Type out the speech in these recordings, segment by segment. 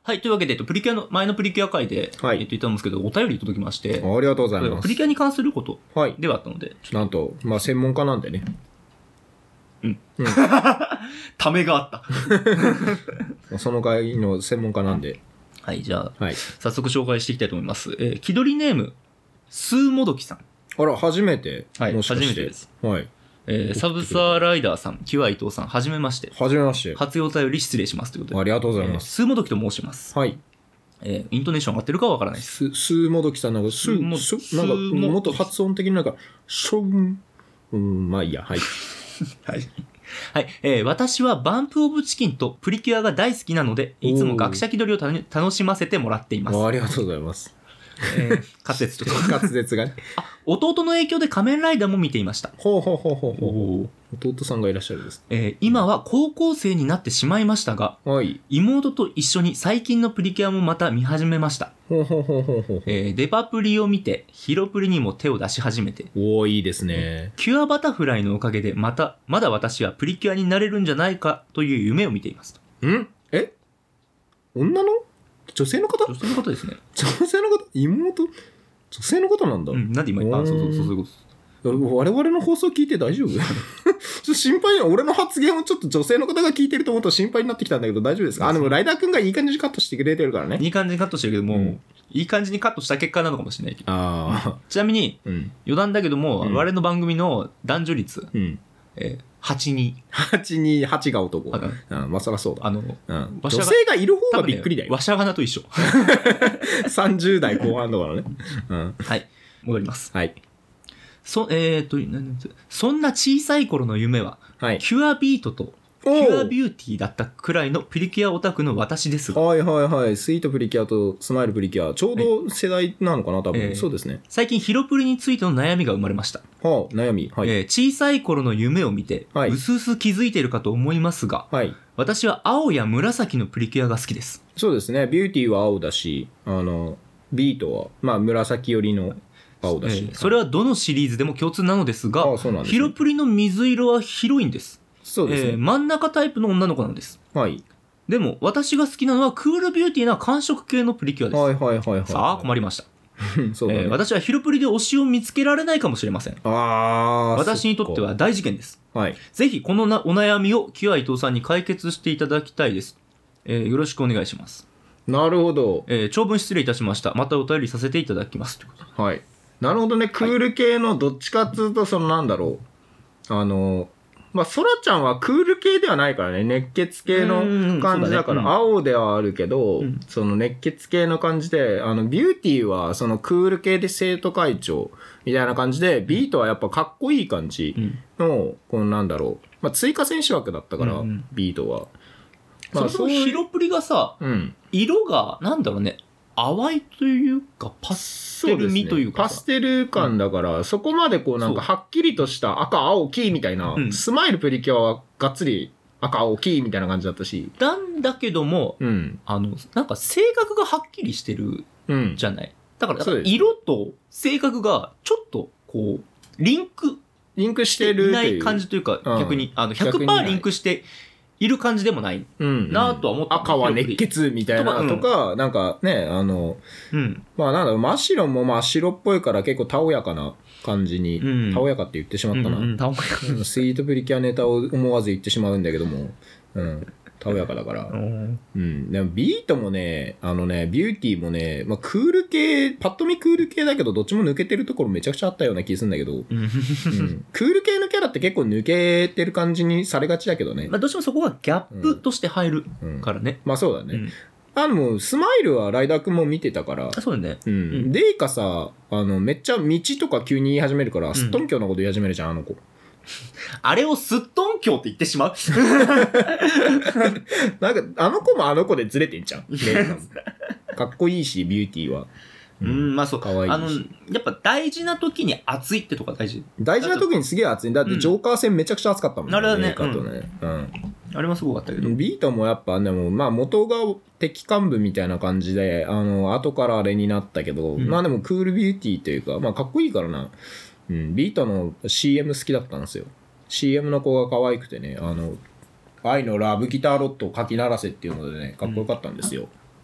はい、というわけで、プリキュアの、前のプリキュア回で、 はい言ったんですけど、お便り届きまして、 ありがとうございます。 プリキュアに関することはい。 ではあったので、 なんと、まあ専門家なんでね。 ためがあった。 その回の専門家なんで。 はい、じゃあ、 はい。 早速紹介していきたいと思います。気取りネーム、スーモドキさん。 あら、初めて。 はい、 もしかして初めてです。 はい。 サブサーライダーさん、キュア伊藤さん、はじめまして。 はじめまして。 活用お便り失礼しますということで。 ありがとうございます。 スーモドキと申します。 はい。 イントネーション合ってるかはわからないです。 スーモドキさんなんか、なんか、もっと発音的になんか、まあいいや、はい。 はい。はい。私はバンプオブチキンとプリキュアが大好きなので、いつも学者気取りを楽しませてもらっています。 ありがとうございます。 滑舌と滑舌がね。 弟の影響で仮面ライダーも見ていました。 ほう。弟さんがいらっしゃるんです。 今は高校生になってしまいましたが、 はい。 妹と一緒に最近のプリキュアもまた見始めました。デパプリを見て、ヒロプリにも手を出し始めて。 おー、いいですね。 キュアバタフライのおかげでまだ私はプリキュアになれるんじゃないかという夢を見ています。 女の女性の方女性の方ですね。 女性の方妹女性の方なんだ。 なんで今言ったそういうことです。 我々の放送聞いて大丈夫ちょっと心配な、俺の発言をちょっと女性の方が聞いてると思うと心配になってきたんだけど大丈夫ですか？でもライダーくんがいい感じにカットしてくれてるからね。 いい感じにカットしてるけども、いい感じにカットした結果なのかもしれないけど。ちなみに、余談だけども、我々の番組の男女率、8-2。 8が男。まあそらそうだ。女性がいる方がびっくりだよ。 わしゃがなと一緒。 30代後半だからね。 はい。戻ります。 はい。 そんな小さい頃の夢は、キュアビートとキュアビューティーだったくらいのプリキュアオタクの私ですが。 スイートプリキュアとスマイルプリキュア。ちょうど世代なのかな多分。そうですね。 最近ヒロプリについての悩みが生まれました。 悩み。 小さい頃の夢を見て、うすうす気づいているかと思いますが、私は青や紫のプリキュアが好きです。 そうですね。ビューティーは青だし、ビートは、まあ紫寄りの青だし。 それはどのシリーズでも共通なのですが、ヒロプリの水色は広いんです。 そうですね。 真ん中タイプの女の子なんです。でも、私が好きなのはクールビューティーな寒色系のプリキュアです。さあ、困りました。私はヒロプリで推しを見つけられないかもしれません。私にとっては大事件です。ぜひ、このお悩みをキュア伊藤さんに解決していただきたいです。よろしくお願いします。 なるほど。 長文失礼いたしました。またお便りさせていただきます。 はい。なるほどね。クール系のどっちかっつうと、なんだろう。まあ、ソラちゃんはクール系ではないからね。熱血系の感じだから、青ではあるけど、その熱血系の感じで、ビューティーはそのクール系で生徒会長みたいな感じで、ビートはやっぱかっこいい感じの、なんだろう。まあ、追加選手枠だったから、ビートは。 まあ、そのヒロプリがさ、色が、なんだろうね、淡いというか、パステル味というか、 パステル感だから、そこまでなんかはっきりとした赤、青、黄みたいな、スマイルプリキュアはがっつり赤、青、黄みたいな感じだったし。 なんだけども、なんか性格がはっきりしてるじゃない。だから、色と性格がちょっとリンクしてるない感じというか、逆に、100% リンクしている感じでもないなとは思った。 赤は熱血みたいなとか、なんかね、まあなんだろう、真っ白もまあ白っぽいから結構たおやかな感じに、たおやかって言ってしまったな。スイートプリキュアネタを思わず言ってしまうんだけども、たおやかだから。でもビートもね、ビューティーもね、まあクール系、パッと見クール系だけど、どっちも抜けてるところめちゃくちゃあったような気するんだけど、クール系のキャラって結構抜けてる感じにされがちだけどね。 まあどうしてもそこがギャップとして入るからね。 まあそうだね。もうスマイルはライダーくんも見てたから。 そうだね。 デイカさ、めっちゃ道とか急に言い始めるから、すっとんきょうなこと言い始めるじゃん、あの子。 あれをすっとんきょうって言ってしまうなんか、あの子もあの子でずれてんじゃん。かっこいいし、ビューティーは。 まあそう。 かわいいし。 やっぱ大事な時に熱いってとこ大事。 大事な時にすげえ熱い。だってジョーカー戦めちゃくちゃ熱かったもんね。 なるほどね。 あれもすごかったけど。 ビートもやっぱ、でも、まあ元が敵幹部みたいな感じで、後からあれになったけど、まあでもクールビューティーというか、まあかっこいいからな。ビートの CM 好きだったんですよ。CM の子が可愛くてね、愛のラブギターロットをかき鳴らせっていうのでね、かっこよかったんですよ。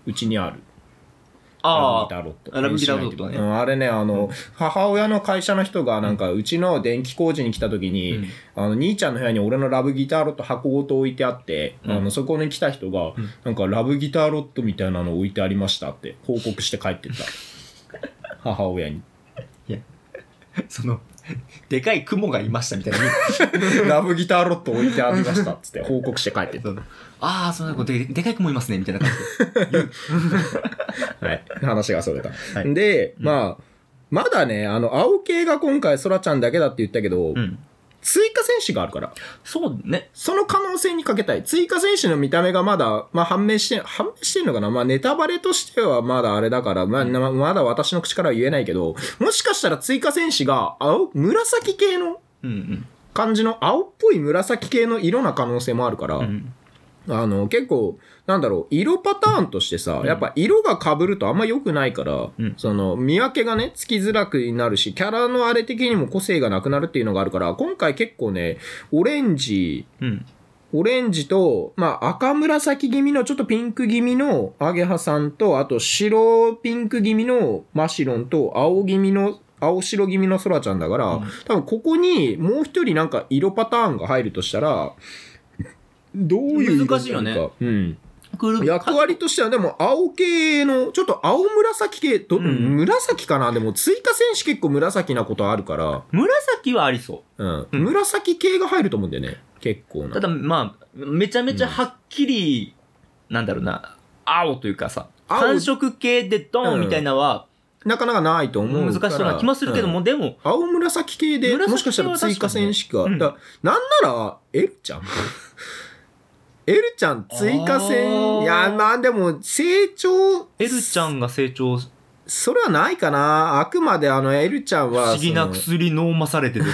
うちにある。 ああ、ラブギターロット。 ラブギターロットね。 あれね、母親の会社の人が、なんか、うちの電気工事に来た時に、兄ちゃんの部屋に俺のラブギターロット箱ごと置いてあって、そこに来た人が、なんか、ラブギターロットみたいなの置いてありましたって報告して帰ってった。母親に。 いや、でかい雲がいましたみたいな。ラブギターロット置いてありましたっつって報告して帰ってった。 ああ、そんなことでかい雲いますねみたいな感じで。 はい。話がそれた。はい、で、まだね、青系が今回ソラちゃんだけだって言ったけど、追加選手があるから。 そうね。 その可能性にかけたい。追加選手の見た目がまだ、判明してんのかな。ネタバレとしてはまだあれだから、まだ私の口からは言えないけど、もしかしたら追加選手が紫系の感じの青っぽい紫系の色な可能性もあるから、結構、色パターンとしてさ、やっぱ色が被るとあんま良くないから、見分けがね、つきづらくなるし、キャラのあれ的にも個性がなくなるっていうのがあるから、今回結構ね、オレンジと、赤紫気味のちょっとピンク気味のアゲハさんと、あと白ピンク気味のマシロンと、青白気味のソラちゃんだから、多分ここにもう一人なんか色パターンが入るとしたら、どういう難しいよね。 役割としてはでも青系のちょっと青紫系紫かな。でも追加選手結構紫なことあるから紫はありそう、 紫系が入ると思うんだよね結構な。 ただめちゃめちゃはっきり、青というかさ寒色系でドーンみたいなのは、 なかなかないと思う難しそうな気もするけども、でも青紫系でもしかしたら追加選手が、なんならエルちゃんエルちゃん追加戦、いや、でも、成長。 エルちゃんが成長。 それはないかな。あくまでエルちゃんは。 不思議な薬飲まされてる。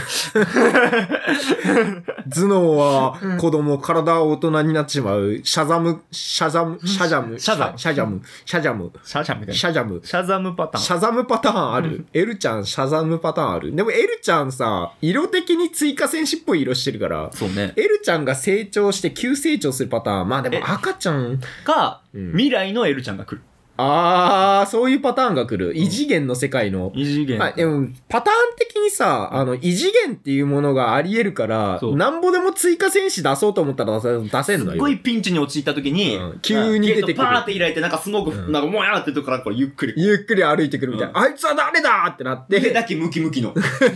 頭脳は子供、体は大人になっちまう。シャザムパターン。シャザムパターンある。エルちゃん、シャザムパターンある。でもエルちゃんさ、色的に追加戦士っぽい色してるから。 そうね。 エルちゃんが成長して急成長するパターン。でも赤ちゃん。 未来のエルちゃんが来る。 そういうパターンが来る。異次元の世界の。 異次元。 でも、パターン的にさ、異次元っていうものがあり得るから、なんぼでも追加戦士出そうと思ったら出せんのよ。 すごいピンチに陥った時に、 急に出てくる。 パーって開いて、スモーク、もやーってとこからこれゆっくり歩いてくるみたいな。あいつは誰だってなって。 手だけムキムキの。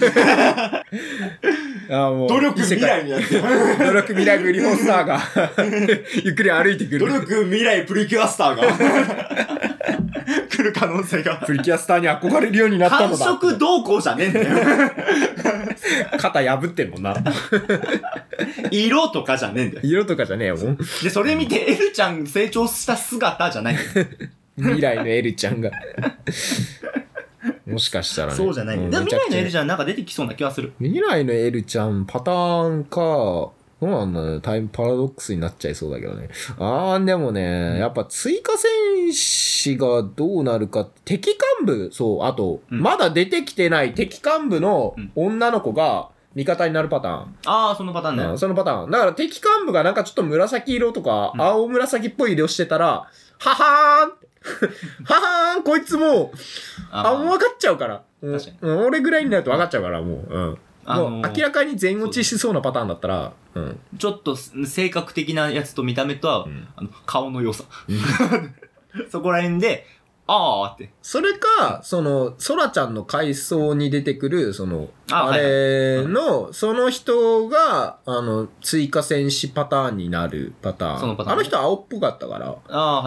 もう努力未来になってる。 努力未来グリフォスターが、ゆっくり歩いてくる。 努力未来プリキュアスターが。来る可能性が。 プリキュアスターに憧れるようになったのだ。 繁殖動向じゃねえんだよ。 肩破ってるもんな。 色とかじゃねえんだよ。 色とかじゃねえよ、もう。 で、それ見てエルちゃん成長した姿じゃない。 未来のエルちゃんが。もしかしたらね。 そうじゃない。でも未来のエルちゃんなんか出てきそうな気はする。 未来のエルちゃんパターンか、どうなんだね。タイムパラドックスになっちゃいそうだけどね。でもね、やっぱ追加戦士がどうなるか、敵幹部、あと、まだ出てきてない敵幹部の女の子が味方になるパターン。 そのパターンね。 そのパターン。だから敵幹部がなんかちょっと紫色とか、青紫っぽい色してたら、ははーんははーんこいつもう、もう分かっちゃうから。 確かに。俺ぐらいになると分かっちゃうから、もう。もう明らかに全落ちしそうなパターンだったら、 ちょっと性格的なやつと見た目とは、顔の良さ。そこら辺で、って。 それか、ソラちゃんの階層に出てくる、その人が、追加戦士パターンになるパターン。あの人は青っぽかったから、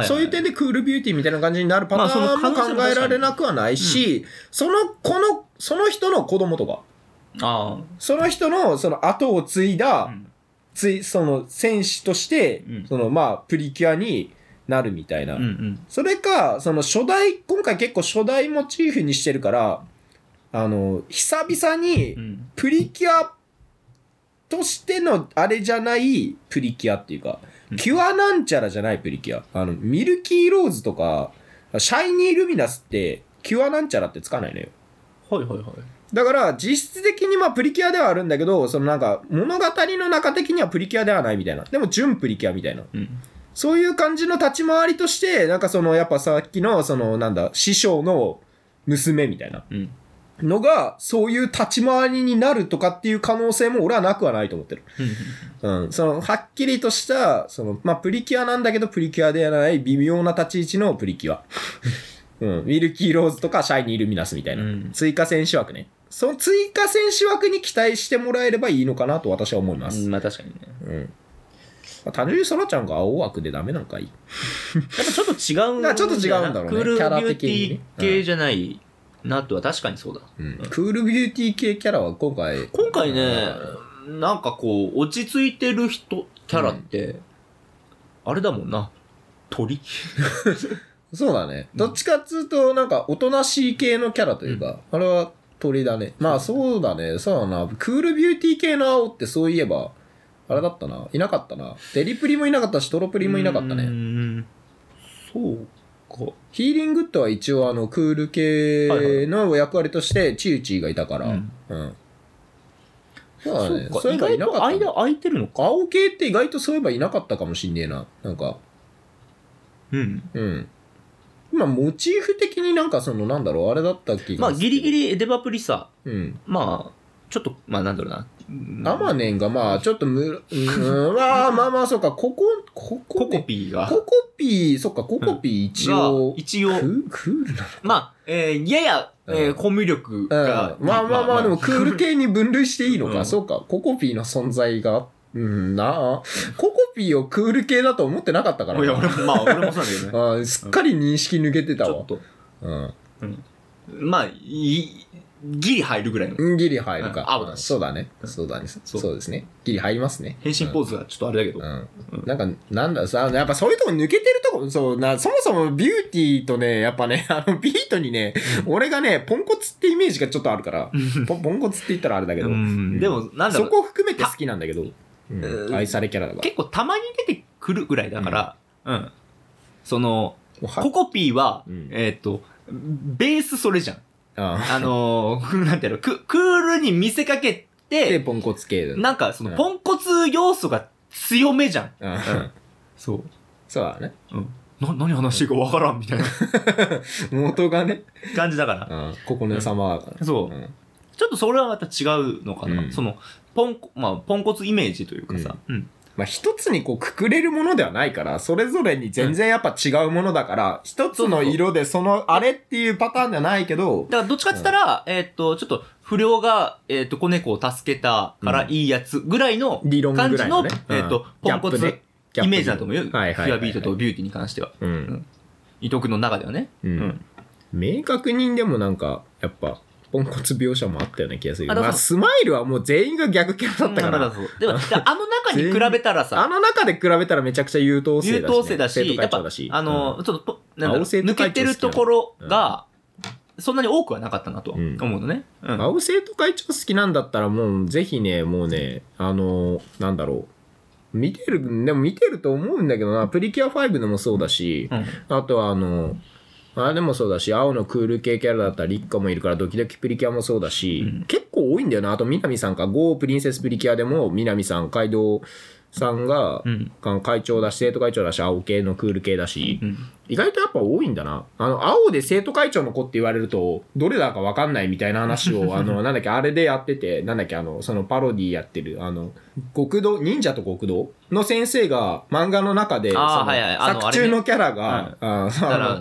そういう点でクールビューティーみたいな感じになるパターンも考えられなくはないし、その人の子供とか、その人のその後を継いだ、その戦士として、プリキュアになるみたいな。それか、今回結構初代モチーフにしてるから、久々にプリキュアとしてのあれじゃないプリキュアっていうか、キュアなんちゃらじゃないプリキュア。ミルキーローズとか、シャイニールミナスって、キュアなんちゃらってつかないのよ。だから、実質的にプリキュアではあるんだけど、物語の中的にはプリキュアではないみたいな。でも、純プリキュアみたいな。 そういう感じの立ち回りとして、なんかやっぱさっきの、師匠の娘みたいなのが、そういう立ち回りになるとかっていう可能性も俺はなくはないと思ってる。はっきりとした、プリキュアなんだけど、プリキュアではない微妙な立ち位置のプリキュア。ウィルキー・ローズとかシャイニー・ルミナスみたいな。追加選手枠ね。その追加選手枠に期待してもらえればいいのかなと私は思います。 まあ確かにね。 単純にソラちゃんが青枠でダメなんかいい。 やっぱちょっと違うんだろうね。 ちょっと違うんだろうね。 クールビューティー系じゃないなとは確かにそうだ。 クールビューティー系キャラは今回ね、なんかこう、落ち着いてるキャラって、あれだもんな。鳥そうだね。どっちかっつうと、なんか、おとなしい系のキャラというか、あれは鳥だね。まあ、そうだね。そうだな。クールビューティー系の青ってそういえば、あれだったな。いなかったな。デリプリもいなかったし、トロプリもいなかったね。 そうか。 ヒーリングッドは一応クール系の役割として、チウチーがいたから。そうだね。そういえばいなかった。 間空いてるのか。 青系って意外とそういえばいなかったかもしんねえな。なんか。まあ、モチーフ的になんかなんだろう、あれだったっけ。 まあ、ギリギリエデバプリさ。まあ、ちょっと、まあ、なんだろうな。 アマネンがまあ、ちょっとまあ、そうか、ココピーが。 ココピー、そっか、ココピー一応。クールなのまあ、やや、コミュ力が。 まあ、でもクール系に分類していいのか。そうか、ココピーの存在が。ココピーをクール系だと思ってなかったから。 いや、俺もそうなんだけどね。すっかり認識抜けてたわ。ちょっと。 まあ、ギリ入るぐらいの。 ギリ入るか。 青だし。 そうだね。そうですね。ギリ入りますね。 変身ポーズはちょっとあれだけど。 なんださ、やっぱそういうとこ抜けてるとこ、そもそもビューティーとね、やっぱね、ビートにね、俺がね、ポンコツってイメージがちょっとあるから、ポンコツって言ったらあれだけど。 でも、なんだろう。 そこを含めて好きなんだけど、愛されキャラだから。 結構たまに出てくるぐらいだから、ココピーは、ベースそれじゃん。なんていうの、クールに見せかけて、 で、ポンコツ系だ。 なんか、ポンコツ要素が強めじゃん。そう。 そうだね。 何話していいかわからんみたいな。 元がね。 感じだから。 ここね様だから。 そう。ちょっとそれはまた違うのかな。ポンコツイメージというかさ。 まあ一つにこうくくれるものではないから、それぞれに全然やっぱ違うものだから、一つの色であれっていうパターンではないけど。 だからどっちかって言ったら、ちょっと不良が、子猫を助けたからいいやつぐらいの感じの、ポンコツイメージだと思うよ。ピュアビートとビューティーに関しては。伊藤君の中ではね。 明確にでもなんか、やっぱ、ポンコツ描写もあったような気がするけど。まあ、スマイルはもう全員が逆キャラだったから。 でも、あの中に比べたらさ。 あの中で比べたらめちゃくちゃ優等生だし、ね。 優等生だし、やっぱ、ちょっと、抜けてるところが、そんなに多くはなかったなと思うのね。 青生徒会長好きなんだったらもう、ぜひね、もうね、なんだろう。見てると思うんだけどな、プリキュア5でもそうだし、あとはでもそうだし、青のクール系キャラだったらリッカもいるからドキドキプリキュアもそうだし、結構多いんだよな。あと南さんか、ゴープリンセスプリキュアでも南さん、カイドウさんが、会長だし、生徒会長だし、青系のクール系だし、意外とやっぱ多いんだな。青で生徒会長の子って言われると、どれだかわかんないみたいな話を、なんだっけ、あれでやってて、なんだっけ、そのパロディやってる、極道、忍者と極道の先生が漫画の中で、作中のキャラが、 だから、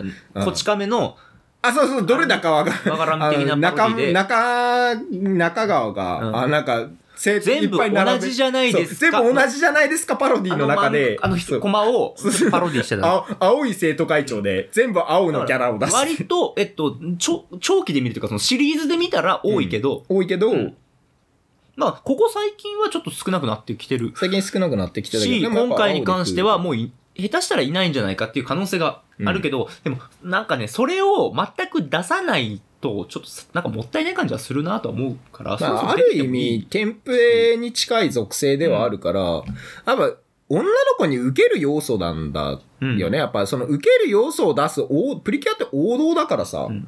こち亀の、 そう、どれだかわからん的なパロディで。 中川が、なんか、 全部同じじゃないですか。 全部同じじゃないですか、パロディの中で。 コマをパロディしてた。 青い生徒会長で、全部青のキャラを出して。 割と、長期で見るというか、そのシリーズで見たら多いけど。まあ、ここ最近はちょっと少なくなってきてる。 最近少なくなってきてるし、今回に関してはもう下手したらいないんじゃないかっていう可能性があるけど、でも、なんかね、それを全く出さないと、ちょっと、なんかもったいない感じはするなとは思うから、 ある意味、テンプレに近い属性ではあるから、やっぱ、女の子に受ける要素なんだよね。やっぱ、その受ける要素を出す、プリキュアって王道だからさ、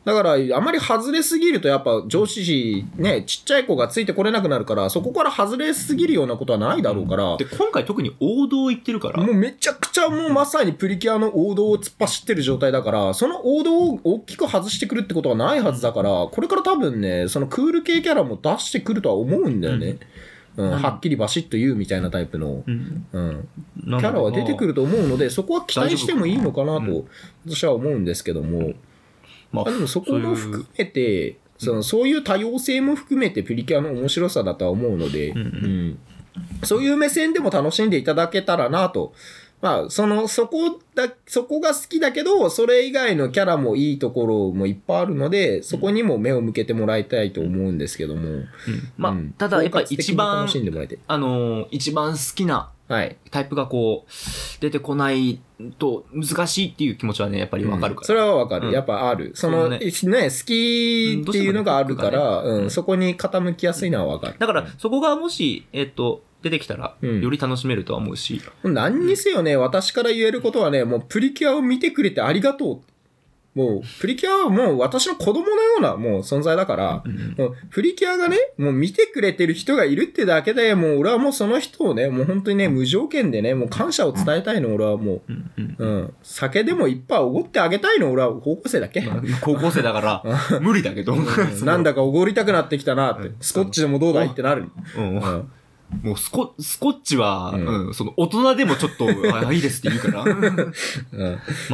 だから、あまり外れすぎると、やっぱ上司ね、ちっちゃい子がついてこれなくなるから、そこから外れすぎるようなことはないだろうから。 で、今回特に王道行ってるから。 もうめちゃくちゃもうまさにプリキュアの王道を突っ走ってる状態だから、その王道を大きく外してくるってことはないはずだから、これから多分ね、そのクール系キャラも出してくるとは思うんだよね。はっきりバシッと言うみたいなタイプの、キャラは出てくると思うので、そこは期待してもいいのかなと、私は思うんですけども、でもそこも含めて、そういう多様性も含めてプリキュアの面白さだとは思うので、そういう目線でも楽しんでいただけたらなと。そこが好きだけど、それ以外のキャラもいいところもいっぱいあるので、そこにも目を向けてもらいたいと思うんですけども。 ただやっぱり一番好きなタイプがこう、出てこないと難しいっていう気持ちはね、やっぱりわかるから。 それはわかる。やっぱある。好きっていうのがあるから、そこに傾きやすいのはわかる。 だから、そこがもし、出てきたら、より楽しめるとは思うし。 何にせよね、私から言えることはね、もうプリキュアを見てくれてありがとう。もう、プリキュアはもう私の子供のようなもう存在だから、もうプリキュアがね、もう見てくれてる人がいるってだけで、もう俺はもうその人をね、もう本当にね、無条件でね、もう感謝を伝えたいの、俺はもう。酒でもいっぱいおごってあげたいの、俺は高校生だっけ、 高校生だから、無理だけど。 なんだかおごりたくなってきたなって。スコッチでもどうだいってなる。 もうスコッチは、その大人でもちょっと、いいですって言うから。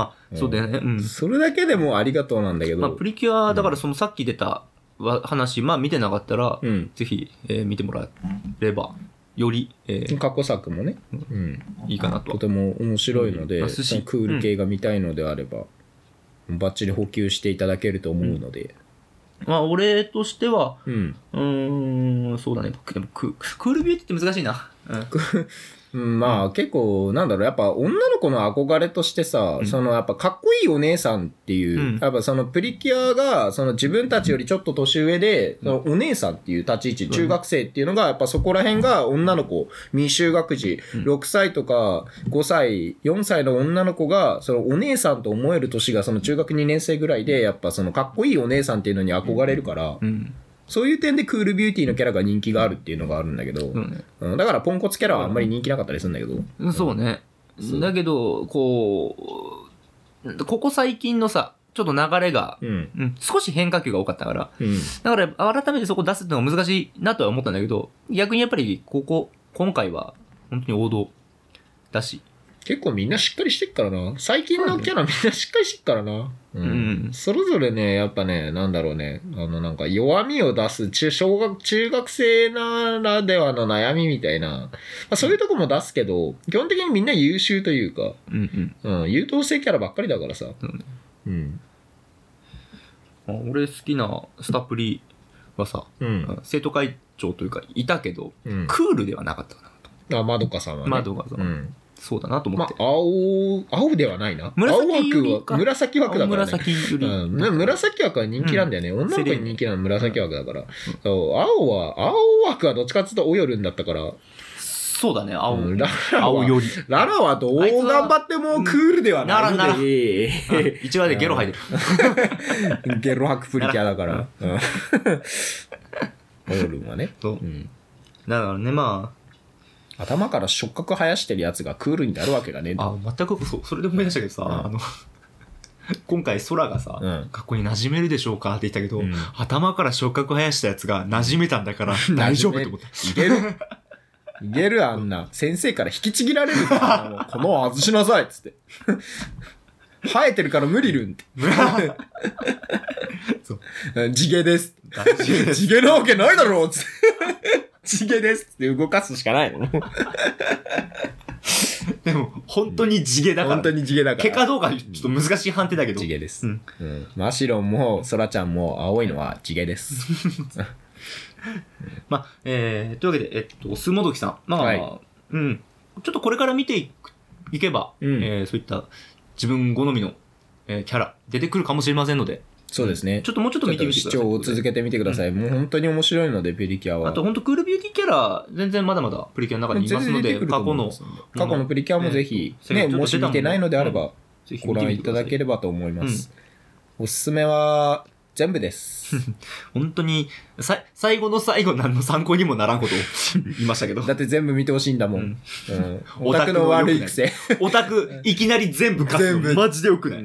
そうだよね。 それだけでもありがとうなんだけど。 プリキュア、だからそのさっき出た話、見てなかったら、ぜひ、見てもらえれば、より、 過去作もね、 いいかなと。 とても面白いので、そのクール系が見たいのであれば、バッチリ補給していただけると思うので。 俺としては、そうだね。でもクールビューティーって難しいな。 結構、なんだろう、やっぱ女の子の憧れとしてさ、やっぱかっこいいお姉さんっていう、やっぱそのプリキュアが、その自分たちよりちょっと年上で、そのお姉さんっていう立ち位置、中学生っていうのが、やっぱそこら辺が女の子、未就学児、6歳とか5歳、4歳の女の子が、そのお姉さんと思える年がその中学2年生ぐらいで、やっぱそのかっこいいお姉さんっていうのに憧れるから、そういう点でクールビューティーのキャラが人気があるっていうのがあるんだけど、だからポンコツキャラはあんまり人気なかったりするんだけど。 そうね。だけど、ここ最近のさ、ちょっと流れが、少し変化球が多かったから、だから改めてそこ出すっていうのが難しいなとは思ったんだけど、逆にやっぱり今回は本当に王道だし。 結構みんなしっかりしてっからな。最近のキャラみんなしっかりしてっからな。それぞれね、やっぱね、なんだろうね、なんか弱みを出す中学生ならではの悩みみたいな、そういうとこも出すけど、基本的にみんな優秀というか、優等生キャラばっかりだからさ。 俺好きなスタプリはさ、生徒会長というかいたけど、クールではなかったかなと。 まどかさんはね。 まどかさん。そうだなと思って。 青ではないな。紫枠だからね。紫枠は人気なんだよね。女の子に人気なの紫枠だから。青枠はどっちかっていうとおよるんだったから。 そうだね、青より。 ララはどう頑張ってもクールではないので。 1話でゲロ吐いてる。ゲロ吐くプリキュアだから。およるんはね。 そう。だからね、 頭から触覚生やしてるやつがクールになるわけがね。 全くそれで思い出したけどさ、今回空がさ、学校に馴染めるでしょうかって言ったけど、頭から触覚生やしたやつが馴染めたんだから大丈夫って思った。 いけるあんな。先生から引きちぎられるこの外しなさいっつって。生えてるから無理るんって。地毛です。地毛なわけないだろうっつって。地毛ですって動かすしかないの。 でも、本当に地毛だから。 本当に地毛だから。 毛かどうかちょっと難しい判定だけど。 地毛です。マシロンもソラちゃんも青いのは地毛です。 というわけで、スモドキさん。ちょっとこれから見ていけば、そういった自分好みの、キャラ出てくるかもしれませんので。 そうですね。 ちょっともうちょっと見てみてください。 視聴を続けてみてください。もう本当に面白いので、プリキュアは。 あと本当クールビューティーキャラ、全然まだまだプリキュアの中にいますので、過去のプリキュアもぜひ、もし見てないのであれば、ご覧いただければと思います。おすすめは、 全部です。 本当に、最後の最後何の参考にもならんことを言いましたけど。 だって全部見てほしいんだもん。オタクの悪い癖。 オタク、いきなり全部貸すの。マジでよくない。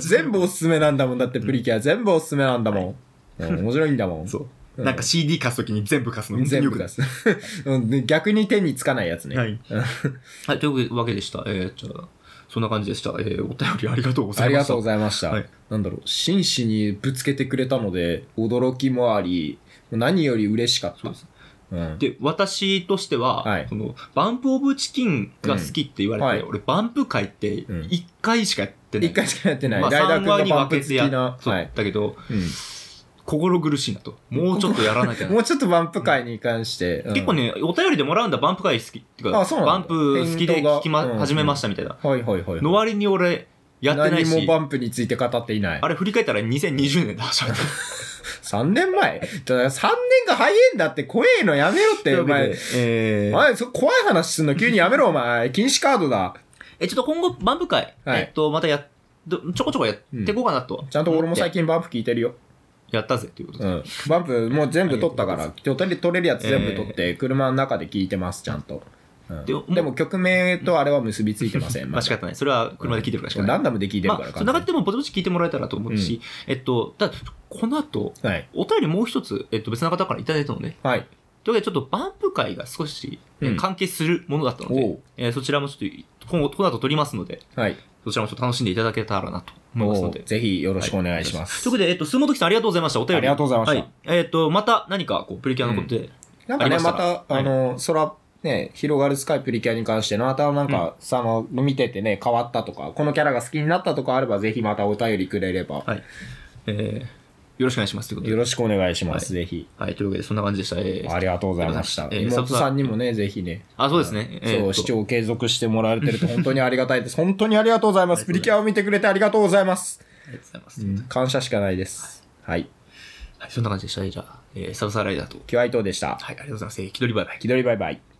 全部おすすめなんだもん。だってプリキュア全部おすすめなんだもん。面白いんだもん。 そう。なんか CD 貸すときに全部貸すの。 全部貸す。逆に手につかないやつね。 はい。はい、というわけでした。じゃあ。そんな感じでした。お便りありがとうございました。 ありがとうございました。はい、なんだろう、真摯にぶつけてくれたので、驚きもあり、何より嬉しかった。 で、私としては、そのバンプオブチキンが好きって言われて、俺バンプ会って1回しかやってない。 1回しかやってない。 まあ、3話に分けてやったけど、心苦しいなと。もうちょっとやらなきゃな。 もうちょっとバンプ会に関して。 結構ね、お便りでもらうんだ、バンプ会好き。ってか、バンプ好きで始めましたみたいな。の割に俺、やってないし。 何もバンプについて語っていない。 あれ振り返ったら2020年だ、3 年前 ?3 年が早いんだって怖えのやめろって、お前。怖い話すんの急にやめろ、お前。禁止カードだ。 ちょっと今後、バンプ会、またちょこちょこやっていこうかなと。 ちゃんと俺も最近バンプ聞いてるよ。 やったぜっていうことで。 バンプもう全部取ったから、取れるやつ全部取って、車の中で聞いてます、ちゃんと。でも曲名とあれは結びついてません。 まあ仕方ない。それは車で聞いてるからしかない。 ランダムで聞いてるから。 その中でもぼちぼち聞いてもらえたらと思うし、ただ、この後、お便りもう一つ、別な方からいただいたので、はい。というわけでちょっとバンプ会が少し関係するものだったので、そちらもちょっと、この後撮りますので、はい。そちらもちょっと楽しんでいただけたらなと思いますので。 ぜひよろしくお願いします。 ということで、須本木さんありがとうございました。お便り。 ありがとうございました。 はい。また何か、プリキュアのことで、 なんかね、また、ね、広がるスカイプリキュアに関しての、またなんか、見ててね、変わったとか、このキャラが好きになったとかあれば、ぜひまたお便りくれれば。はい。 よろしくお願いします。ということで。 よろしくお願いします。ぜひ。 はい。というわけで、そんな感じでした。 ありがとうございました。妹さんにもね、ぜひね。 そうですね。 そう、視聴を継続してもらえてると本当にありがたいです。本当にありがとうございます。プリキュアを見てくれてありがとうございます。 ありがとうございます。 感謝しかないです。はい。 はい、そんな感じでした。じゃあ、サブサーライダーと。 キュアイトでした。 はい、ありがとうございます。気取りバイバイ。 気取りバイバイ。